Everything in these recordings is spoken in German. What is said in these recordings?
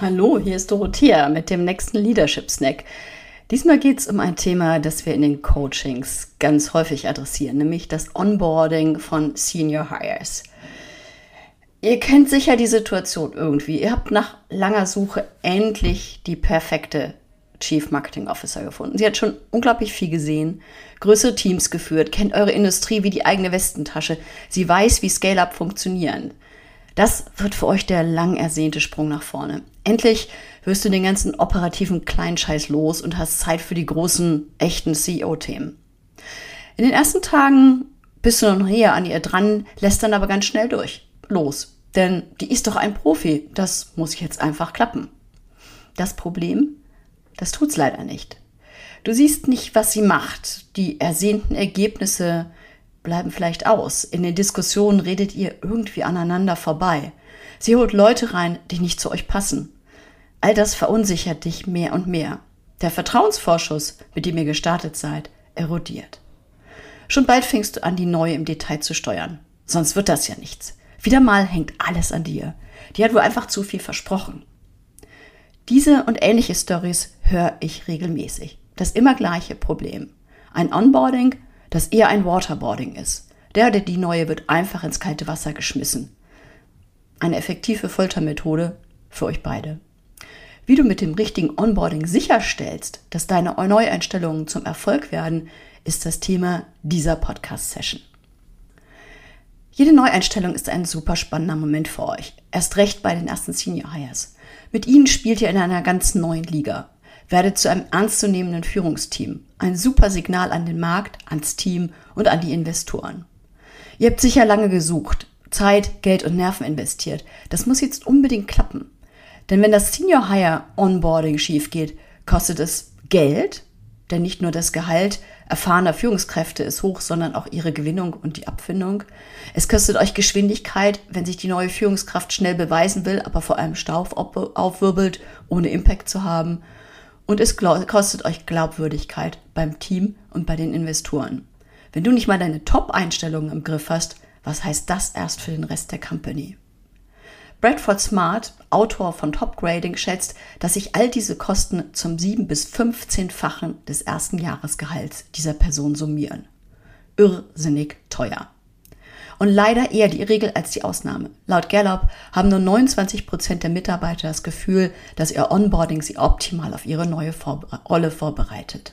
Hallo, hier ist Dorothea mit dem nächsten Leadership Snack. Diesmal geht es um ein Thema, das wir in den Coachings ganz häufig adressieren, nämlich das Onboarding von Senior Hires. Ihr kennt sicher die Situation irgendwie. Ihr habt nach langer Suche endlich die perfekte Chief Marketing Officer gefunden. Sie hat schon unglaublich viel gesehen, größere Teams geführt, kennt eure Industrie wie die eigene Westentasche. Sie weiß, wie Scale-Up funktionieren. Das wird für euch der lang ersehnte Sprung nach vorne. Endlich wirst du den ganzen operativen Kleinscheiß los und hast Zeit für die großen, echten CEO-Themen. In den ersten Tagen bist du noch näher an ihr dran, lässt dann aber ganz schnell los. Denn die ist doch ein Profi, das muss jetzt einfach klappen. Das Problem? Das tut's leider nicht. Du siehst nicht, was sie macht. Die ersehnten Ergebnisse bleiben vielleicht aus. In den Diskussionen redet ihr irgendwie aneinander vorbei. Sie holt Leute rein, die nicht zu euch passen. All das verunsichert dich mehr und mehr. Der Vertrauensvorschuss, mit dem ihr gestartet seid, erodiert. Schon bald fängst du an, die neue im Detail zu steuern. Sonst wird das ja nichts. Wieder mal hängt alles an dir. Die hat wohl einfach zu viel versprochen. Diese und ähnliche Storys höre ich regelmäßig. Das immer gleiche Problem. Ein Onboarding, das eher ein Waterboarding ist. Der oder die Neue wird einfach ins kalte Wasser geschmissen. Eine effektive Foltermethode für euch beide. Wie du mit dem richtigen Onboarding sicherstellst, dass deine Neueinstellungen zum Erfolg werden, ist das Thema dieser Podcast-Session. Jede Neueinstellung ist ein super spannender Moment für euch. Erst recht bei den ersten Senior Hires. Mit ihnen spielt ihr in einer ganz neuen Liga. Werdet zu einem ernstzunehmenden Führungsteam. Ein super Signal an den Markt, ans Team und an die Investoren. Ihr habt sicher lange gesucht, Zeit, Geld und Nerven investiert. Das muss jetzt unbedingt klappen. Denn wenn das Senior Hire Onboarding schief geht, kostet es Geld, denn nicht nur das Gehalt erfahrener Führungskräfte ist hoch, sondern auch ihre Gewinnung und die Abfindung. Es kostet euch Geschwindigkeit, wenn sich die neue Führungskraft schnell beweisen will, aber vor allem Staub aufwirbelt, ohne Impact zu haben. Und es kostet euch Glaubwürdigkeit beim Team und bei den Investoren. Wenn du nicht mal deine Top-Einstellungen im Griff hast, was heißt das erst für den Rest der Company? Bradford Smart, Autor von Top Grading, schätzt, dass sich all diese Kosten zum 7- bis 15-fachen des ersten Jahresgehalts dieser Person summieren. Irrsinnig teuer. Und leider eher die Regel als die Ausnahme. Laut Gallup haben nur 29% der Mitarbeiter das Gefühl, dass ihr Onboarding sie optimal auf ihre neue Rolle vorbereitet.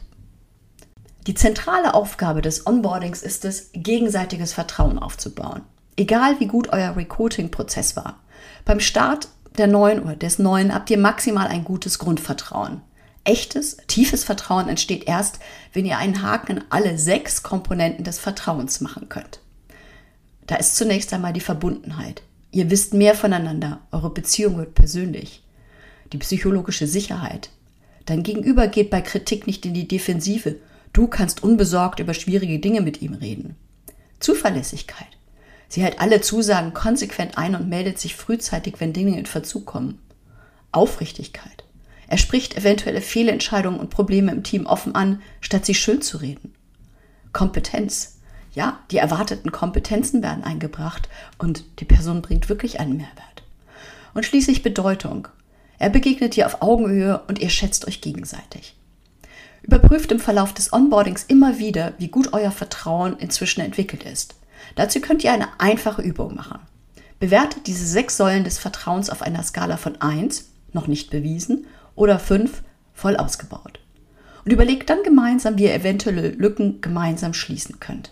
Die zentrale Aufgabe des Onboardings ist es, gegenseitiges Vertrauen aufzubauen. Egal wie gut euer Recruiting-Prozess war. Beim Start der Neuen oder des Neuen habt ihr maximal ein gutes Grundvertrauen. Echtes, tiefes Vertrauen entsteht erst, wenn ihr einen Haken in alle 6 Komponenten des Vertrauens machen könnt. Da ist zunächst einmal die Verbundenheit. Ihr wisst mehr voneinander, eure Beziehung wird persönlich. Die psychologische Sicherheit. Dein Gegenüber geht bei Kritik nicht in die Defensive. Du kannst unbesorgt über schwierige Dinge mit ihm reden. Zuverlässigkeit. Sie hält alle Zusagen konsequent ein und meldet sich frühzeitig, wenn Dinge in Verzug kommen. Aufrichtigkeit. Er spricht eventuelle Fehlentscheidungen und Probleme im Team offen an, statt sie schön zu reden. Kompetenz. Ja, die erwarteten Kompetenzen werden eingebracht und die Person bringt wirklich einen Mehrwert. Und schließlich Bedeutung. Er begegnet dir auf Augenhöhe und ihr schätzt euch gegenseitig. Überprüft im Verlauf des Onboardings immer wieder, wie gut euer Vertrauen inzwischen entwickelt ist. Dazu könnt ihr eine einfache Übung machen. Bewertet diese 6 Säulen des Vertrauens auf einer Skala von 1, noch nicht bewiesen, oder 5, voll ausgebaut. Und überlegt dann gemeinsam, wie ihr eventuelle Lücken gemeinsam schließen könnt.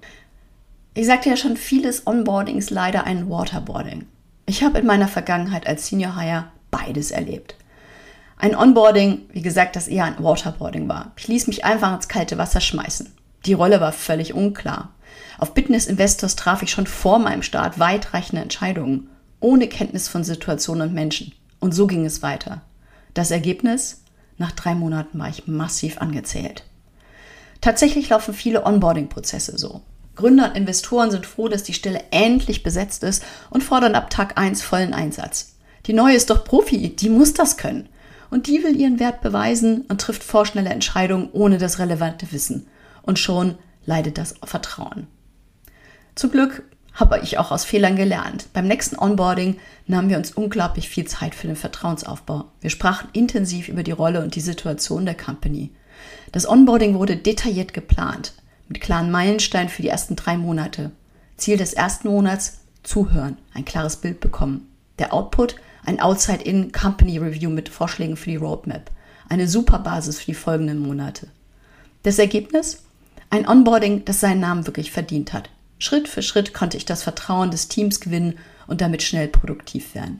Ich sagte ja schon, vieles Onboarding ist leider ein Waterboarding. Ich habe in meiner Vergangenheit als Senior Hire beides erlebt. Ein Onboarding, wie gesagt, das eher ein Waterboarding war. Ich ließ mich einfach ins kalte Wasser schmeißen. Die Rolle war völlig unklar. Auf Bitten des Investors traf ich schon vor meinem Start weitreichende Entscheidungen, ohne Kenntnis von Situationen und Menschen. Und so ging es weiter. Das Ergebnis? Nach 3 Monaten war ich massiv angezählt. Tatsächlich laufen viele Onboarding-Prozesse so. Gründer und Investoren sind froh, dass die Stelle endlich besetzt ist und fordern ab Tag 1 vollen Einsatz. Die Neue ist doch Profi, die muss das können. Und die will ihren Wert beweisen und trifft vorschnelle Entscheidungen ohne das relevante Wissen. Und schon leidet das Vertrauen. Zum Glück Habe ich auch aus Fehlern gelernt. Beim nächsten Onboarding nahmen wir uns unglaublich viel Zeit für den Vertrauensaufbau. Wir sprachen intensiv über die Rolle und die Situation der Company. Das Onboarding wurde detailliert geplant, mit klaren Meilensteinen für die ersten 3 Monate. Ziel des ersten Monats: zuhören, ein klares Bild bekommen. Der Output: ein Outside-In-Company-Review mit Vorschlägen für die Roadmap. Eine super Basis für die folgenden Monate. Das Ergebnis: ein Onboarding, das seinen Namen wirklich verdient hat. Schritt für Schritt konnte ich das Vertrauen des Teams gewinnen und damit schnell produktiv werden.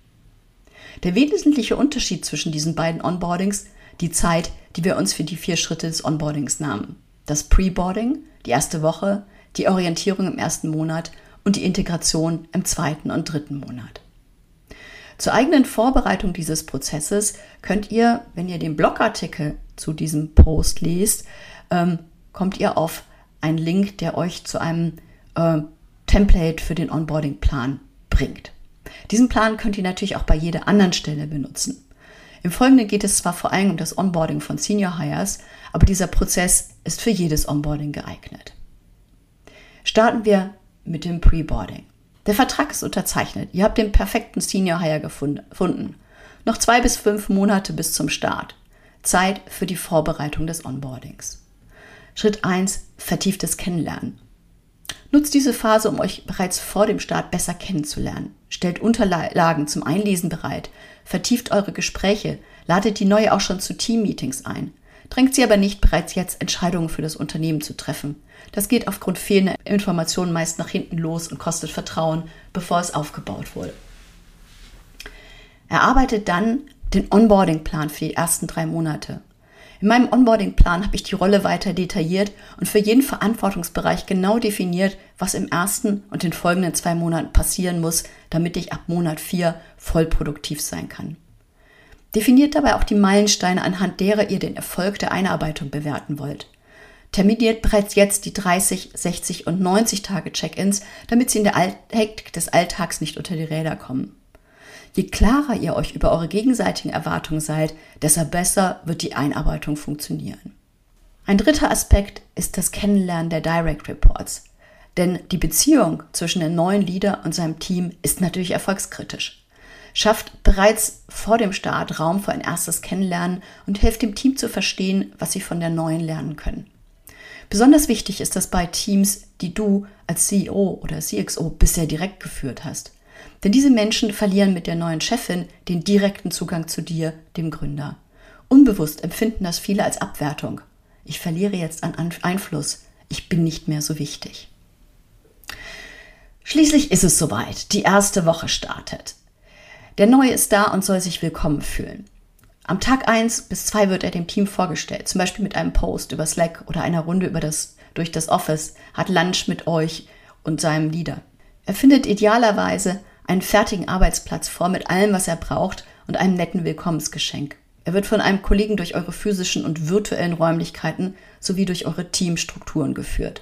Der wesentliche Unterschied zwischen diesen beiden Onboardings: die Zeit, die wir uns für die 4 Schritte des Onboardings nahmen. Das Preboarding, die erste Woche, die Orientierung im ersten Monat und die Integration im 2. und 3. Monat. Zur eigenen Vorbereitung dieses Prozesses könnt ihr, wenn ihr den Blogartikel zu diesem Post lest, kommt ihr auf einen Link, der euch zu einem Template für den Onboarding-Plan bringt. Diesen Plan könnt ihr natürlich auch bei jeder anderen Stelle benutzen. Im Folgenden geht es zwar vor allem um das Onboarding von Senior Hires, aber dieser Prozess ist für jedes Onboarding geeignet. Starten wir mit dem Preboarding. Der Vertrag ist unterzeichnet. Ihr habt den perfekten Senior Hire gefunden. Noch 2 bis 5 Monate bis zum Start. Zeit für die Vorbereitung des Onboardings. Schritt 1: vertieftes Kennenlernen. Nutzt diese Phase, um euch bereits vor dem Start besser kennenzulernen. Stellt Unterlagen zum Einlesen bereit. Vertieft eure Gespräche. Ladet die Neue auch schon zu Team-Meetings ein. Drängt sie aber nicht, bereits jetzt Entscheidungen für das Unternehmen zu treffen. Das geht aufgrund fehlender Informationen meist nach hinten los und kostet Vertrauen, bevor es aufgebaut wurde. Erarbeitet dann den Onboarding-Plan für die ersten 3 Monate. In meinem Onboarding-Plan habe ich die Rolle weiter detailliert und für jeden Verantwortungsbereich genau definiert, was im ersten und den folgenden 2 Monaten passieren muss, damit ich ab Monat 4 voll produktiv sein kann. Definiert dabei auch die Meilensteine, anhand derer ihr den Erfolg der Einarbeitung bewerten wollt. Terminiert bereits jetzt die 30, 60 und 90 Tage Check-ins, damit sie in der Hektik des Alltags nicht unter die Räder kommen. Je klarer ihr euch über eure gegenseitigen Erwartungen seid, desto besser wird die Einarbeitung funktionieren. Ein dritter Aspekt ist das Kennenlernen der Direct Reports. Denn die Beziehung zwischen dem neuen Leader und seinem Team ist natürlich erfolgskritisch. Schafft bereits vor dem Start Raum für ein erstes Kennenlernen und helft dem Team zu verstehen, was sie von der neuen lernen können. Besonders wichtig ist das bei Teams, die du als CEO oder CXO bisher direkt geführt hast. Denn diese Menschen verlieren mit der neuen Chefin den direkten Zugang zu dir, dem Gründer. Unbewusst empfinden das viele als Abwertung. Ich verliere jetzt an Einfluss. Ich bin nicht mehr so wichtig. Schließlich ist es soweit. Die erste Woche startet. Der Neue ist da und soll sich willkommen fühlen. Am Tag 1 bis 2 wird er dem Team vorgestellt, zum Beispiel mit einem Post über Slack oder einer Runde durch das Office, hat Lunch mit euch und seinem Leader. Er findet idealerweise einen fertigen Arbeitsplatz vor mit allem, was er braucht und einem netten Willkommensgeschenk. Er wird von einem Kollegen durch eure physischen und virtuellen Räumlichkeiten sowie durch eure Teamstrukturen geführt.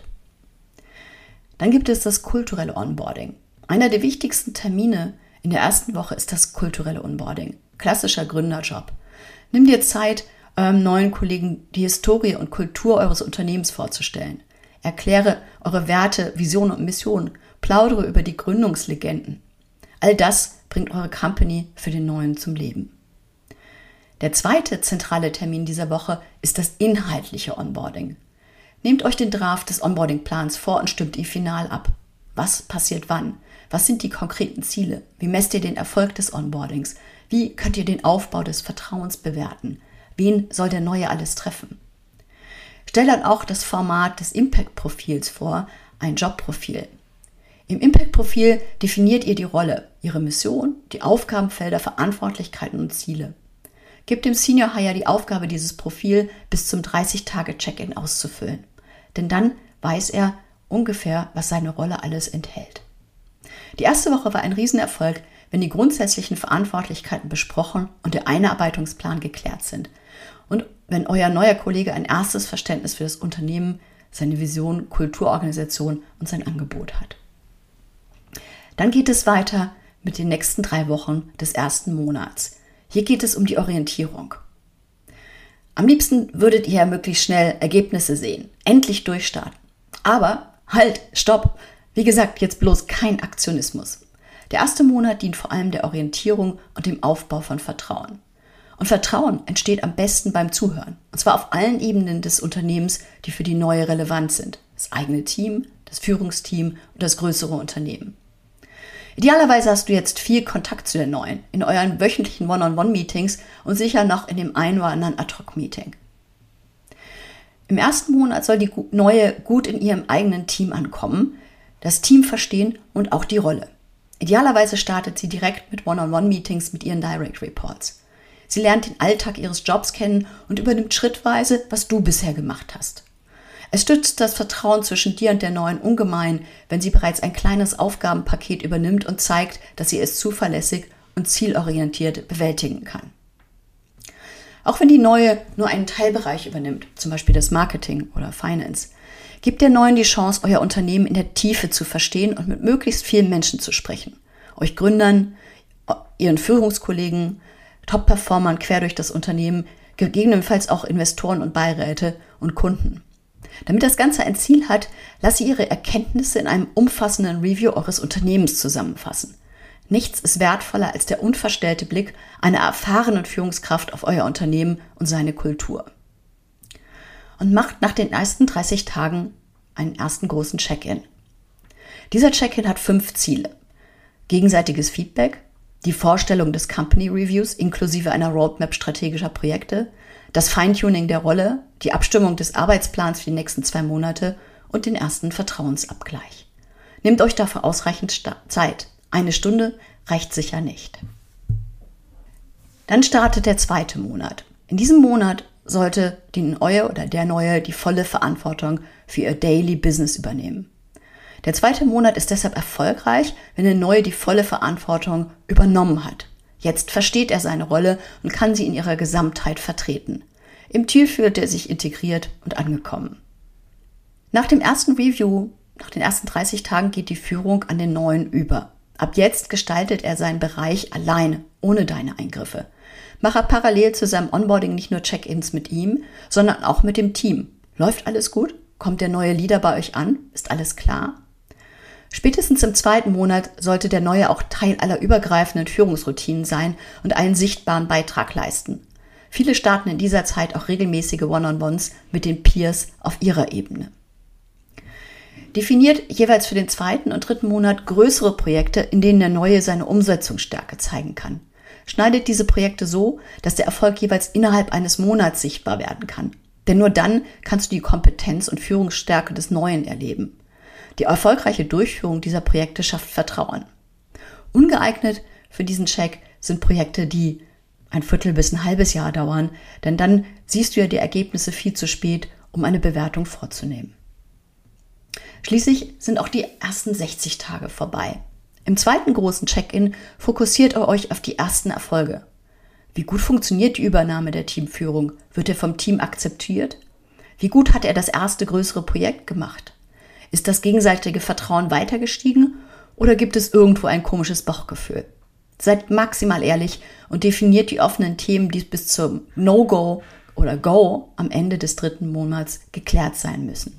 Dann gibt es das kulturelle Onboarding. Einer der wichtigsten Termine in der ersten Woche ist das kulturelle Onboarding. Klassischer Gründerjob. Nimm dir Zeit, eurem neuen Kollegen die Historie und Kultur eures Unternehmens vorzustellen. Erkläre eure Werte, Vision und Mission. Plaudere über die Gründungslegenden. All das bringt eure Company für den Neuen zum Leben. Der zweite zentrale Termin dieser Woche ist das inhaltliche Onboarding. Nehmt euch den Draft des Onboarding-Plans vor und stimmt ihn final ab. Was passiert wann? Was sind die konkreten Ziele? Wie messt ihr den Erfolg des Onboardings? Wie könnt ihr den Aufbau des Vertrauens bewerten? Wen soll der Neue alles treffen? Stellt dann auch das Format des Impact-Profils vor, ein Jobprofil. Im Impact-Profil definiert ihr die Rolle, ihre Mission, die Aufgabenfelder, Verantwortlichkeiten und Ziele. Gebt dem Senior Hire die Aufgabe, dieses Profil bis zum 30-Tage-Check-in auszufüllen. Denn dann weiß er ungefähr, was seine Rolle alles enthält. Die erste Woche war ein Riesenerfolg, wenn die grundsätzlichen Verantwortlichkeiten besprochen und der Einarbeitungsplan geklärt sind. Und wenn euer neuer Kollege ein erstes Verständnis für das Unternehmen, seine Vision, Kulturorganisation und sein Angebot hat. Dann geht es weiter mit den nächsten 3 Wochen des ersten Monats. Hier geht es um die Orientierung. Am liebsten würdet ihr möglichst schnell Ergebnisse sehen, endlich durchstarten. Aber halt, stopp! Wie gesagt, jetzt bloß kein Aktionismus. Der erste Monat dient vor allem der Orientierung und dem Aufbau von Vertrauen. Und Vertrauen entsteht am besten beim Zuhören. Und zwar auf allen Ebenen des Unternehmens, die für die Neue relevant sind. Das eigene Team, das Führungsteam und das größere Unternehmen. Idealerweise hast du jetzt viel Kontakt zu den Neuen in euren wöchentlichen One-on-One-Meetings und sicher noch in dem einen oder anderen Ad-Hoc-Meeting. Im ersten Monat soll die Neue gut in ihrem eigenen Team ankommen, das Team verstehen und auch die Rolle. Idealerweise startet sie direkt mit One-on-One-Meetings mit ihren Direct Reports. Sie lernt den Alltag ihres Jobs kennen und übernimmt schrittweise, was du bisher gemacht hast. Es stützt das Vertrauen zwischen dir und der Neuen ungemein, wenn sie bereits ein kleines Aufgabenpaket übernimmt und zeigt, dass sie es zuverlässig und zielorientiert bewältigen kann. Auch wenn die Neue nur einen Teilbereich übernimmt, zum Beispiel das Marketing oder Finance, gibt der Neuen die Chance, euer Unternehmen in der Tiefe zu verstehen und mit möglichst vielen Menschen zu sprechen. Euch Gründern, ihren Führungskollegen, Top-Performern quer durch das Unternehmen, gegebenenfalls auch Investoren und Beiräte und Kunden. Damit das Ganze ein Ziel hat, lasst ihr ihre Erkenntnisse in einem umfassenden Review eures Unternehmens zusammenfassen. Nichts ist wertvoller als der unverstellte Blick einer erfahrenen Führungskraft auf euer Unternehmen und seine Kultur. Und macht nach den ersten 30 Tagen einen ersten großen Check-in. Dieser Check-in hat 5 Ziele. Gegenseitiges Feedback, die Vorstellung des Company Reviews inklusive einer Roadmap strategischer Projekte, das Feintuning der Rolle, die Abstimmung des Arbeitsplans für die nächsten 2 Monate und den ersten Vertrauensabgleich. Nehmt euch dafür ausreichend Zeit. 1 Stunde reicht sicher nicht. Dann startet der 2. Monat. In diesem Monat sollte die Neue oder der Neue die volle Verantwortung für ihr Daily Business übernehmen. Der 2. Monat ist deshalb erfolgreich, wenn der Neue die volle Verantwortung übernommen hat. Jetzt versteht er seine Rolle und kann sie in ihrer Gesamtheit vertreten. Im Team fühlt er sich integriert und angekommen. Nach dem ersten Review, nach den ersten 30 Tagen geht die Führung an den Neuen über. Ab jetzt gestaltet er seinen Bereich alleine, ohne deine Eingriffe. Mache parallel zu seinem Onboarding nicht nur Check-ins mit ihm, sondern auch mit dem Team. Läuft alles gut? Kommt der neue Leader bei euch an? Ist alles klar? Spätestens im 2. Monat sollte der Neue auch Teil aller übergreifenden Führungsroutinen sein und einen sichtbaren Beitrag leisten. Viele starten in dieser Zeit auch regelmäßige One-on-Ones mit den Peers auf ihrer Ebene. Definiert jeweils für den 2. und 3. Monat größere Projekte, in denen der Neue seine Umsetzungsstärke zeigen kann. Schneidet diese Projekte so, dass der Erfolg jeweils innerhalb eines Monats sichtbar werden kann. Denn nur dann kannst du die Kompetenz und Führungsstärke des Neuen erleben. Die erfolgreiche Durchführung dieser Projekte schafft Vertrauen. Ungeeignet für diesen Check sind Projekte, die ein Viertel bis ein halbes Jahr dauern, denn dann siehst du ja die Ergebnisse viel zu spät, um eine Bewertung vorzunehmen. Schließlich sind auch die ersten 60 Tage vorbei. Im 2. großen Check-in fokussiert ihr euch auf die ersten Erfolge. Wie gut funktioniert die Übernahme der Teamführung? Wird er vom Team akzeptiert? Wie gut hat er das erste größere Projekt gemacht? Ist das gegenseitige Vertrauen weiter gestiegen oder gibt es irgendwo ein komisches Bauchgefühl? Seid maximal ehrlich und definiert die offenen Themen, die bis zum No-Go oder Go am Ende des 3. Monats geklärt sein müssen.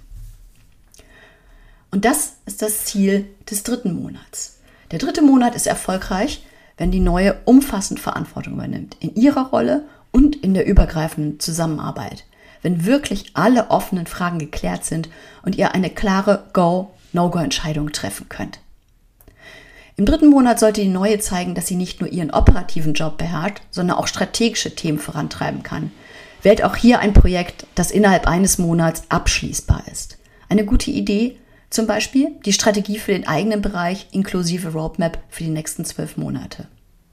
Und das ist das Ziel des 3. Monats. Der 3. Monat ist erfolgreich, wenn die Neue umfassend Verantwortung übernimmt, in ihrer Rolle und in der übergreifenden Zusammenarbeit. Wenn wirklich alle offenen Fragen geklärt sind und ihr eine klare Go-No-Go-Entscheidung treffen könnt. Im 3. Monat sollte die Neue zeigen, dass sie nicht nur ihren operativen Job beherrscht, sondern auch strategische Themen vorantreiben kann. Wählt auch hier ein Projekt, das innerhalb eines Monats abschließbar ist. Eine gute Idee, zum Beispiel die Strategie für den eigenen Bereich inklusive Roadmap für die nächsten 12 Monate.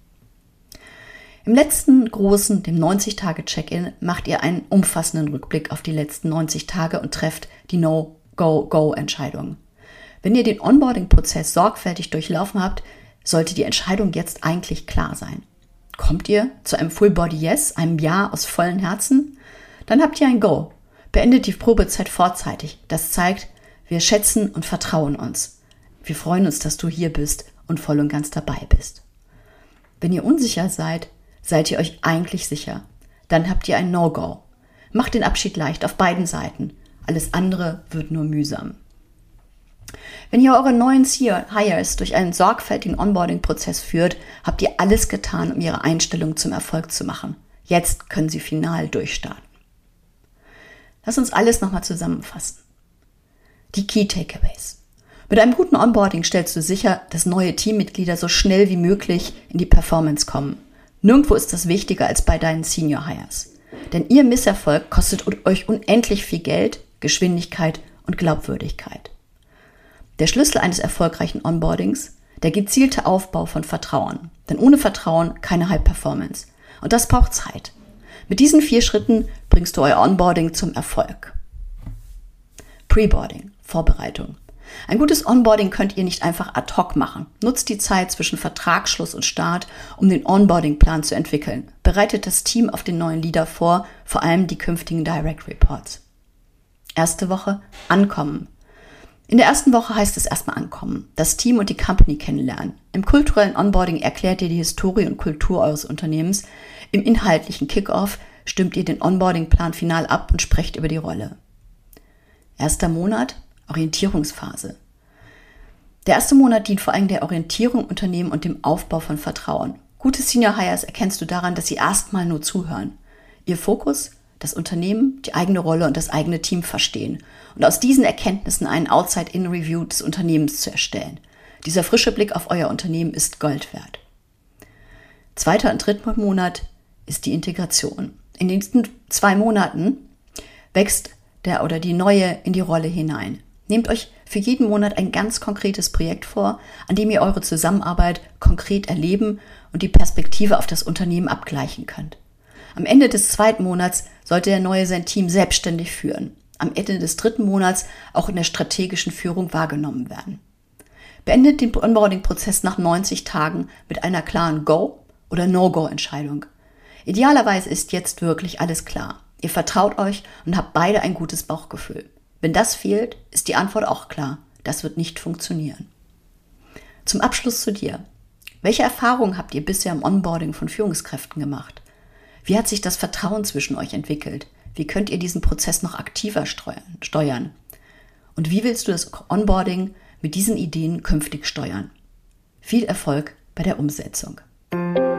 Im letzten großen, dem 90-Tage-Check-In, macht ihr einen umfassenden Rückblick auf die letzten 90 Tage und trefft die No-Go-Go-Entscheidung. Wenn ihr den Onboarding-Prozess sorgfältig durchlaufen habt, sollte die Entscheidung jetzt eigentlich klar sein. Kommt ihr zu einem Full-Body-Yes, einem Ja aus vollem Herzen? Dann habt ihr ein Go. Beendet die Probezeit vorzeitig. Das zeigt, wir schätzen und vertrauen uns. Wir freuen uns, dass du hier bist und voll und ganz dabei bist. Wenn ihr unsicher seid, seid ihr euch eigentlich sicher. Dann habt ihr ein No-Go. Macht den Abschied leicht auf beiden Seiten. Alles andere wird nur mühsam. Wenn ihr eure neuen Hires durch einen sorgfältigen Onboarding-Prozess führt, habt ihr alles getan, um ihre Einstellung zum Erfolg zu machen. Jetzt können sie final durchstarten. Lass uns alles nochmal zusammenfassen. Die Key Takeaways. Mit einem guten Onboarding stellst du sicher, dass neue Teammitglieder so schnell wie möglich in die Performance kommen. Nirgendwo ist das wichtiger als bei deinen Senior Hires. Denn ihr Misserfolg kostet euch unendlich viel Geld, Geschwindigkeit und Glaubwürdigkeit. Der Schlüssel eines erfolgreichen Onboardings, der gezielte Aufbau von Vertrauen. Denn ohne Vertrauen keine High Performance. Und das braucht Zeit. Mit diesen 4 Schritten bringst du euer Onboarding zum Erfolg. Preboarding, Vorbereitung. Ein gutes Onboarding könnt ihr nicht einfach ad hoc machen. Nutzt die Zeit zwischen Vertragsschluss und Start, um den Onboarding-Plan zu entwickeln. Bereitet das Team auf den neuen Leader vor, vor allem die künftigen Direct Reports. Erste Woche, Ankommen. In der ersten Woche heißt es erstmal ankommen, das Team und die Company kennenlernen. Im kulturellen Onboarding erklärt ihr die Historie und Kultur eures Unternehmens. Im inhaltlichen Kickoff stimmt ihr den Onboarding-Plan final ab und sprecht über die Rolle. Erster Monat, Orientierungsphase. Der erste Monat dient vor allem der Orientierung im Unternehmen und dem Aufbau von Vertrauen. Gute Senior Hires erkennst du daran, dass sie erstmal nur zuhören. Ihr Fokus, das Unternehmen, die eigene Rolle und das eigene Team verstehen und aus diesen Erkenntnissen einen Outside-In-Review des Unternehmens zu erstellen. Dieser frische Blick auf euer Unternehmen ist Gold wert. Zweiter und dritter Monat ist die Integration. In den nächsten 2 Monaten wächst der oder die Neue in die Rolle hinein. Nehmt euch für jeden Monat ein ganz konkretes Projekt vor, an dem ihr eure Zusammenarbeit konkret erleben und die Perspektive auf das Unternehmen abgleichen könnt. Am Ende des 2. Monats sollte der Neue sein Team selbstständig führen. Am Ende des 3. Monats auch in der strategischen Führung wahrgenommen werden. Beendet den Onboarding-Prozess nach 90 Tagen mit einer klaren Go- oder No-Go-Entscheidung. Idealerweise ist jetzt wirklich alles klar. Ihr vertraut euch und habt beide ein gutes Bauchgefühl. Wenn das fehlt, ist die Antwort auch klar. Das wird nicht funktionieren. Zum Abschluss zu dir. Welche Erfahrungen habt ihr bisher im Onboarding von Führungskräften gemacht? Wie hat sich das Vertrauen zwischen euch entwickelt? Wie könnt ihr diesen Prozess noch aktiver steuern? Und wie willst du das Onboarding mit diesen Ideen künftig steuern? Viel Erfolg bei der Umsetzung.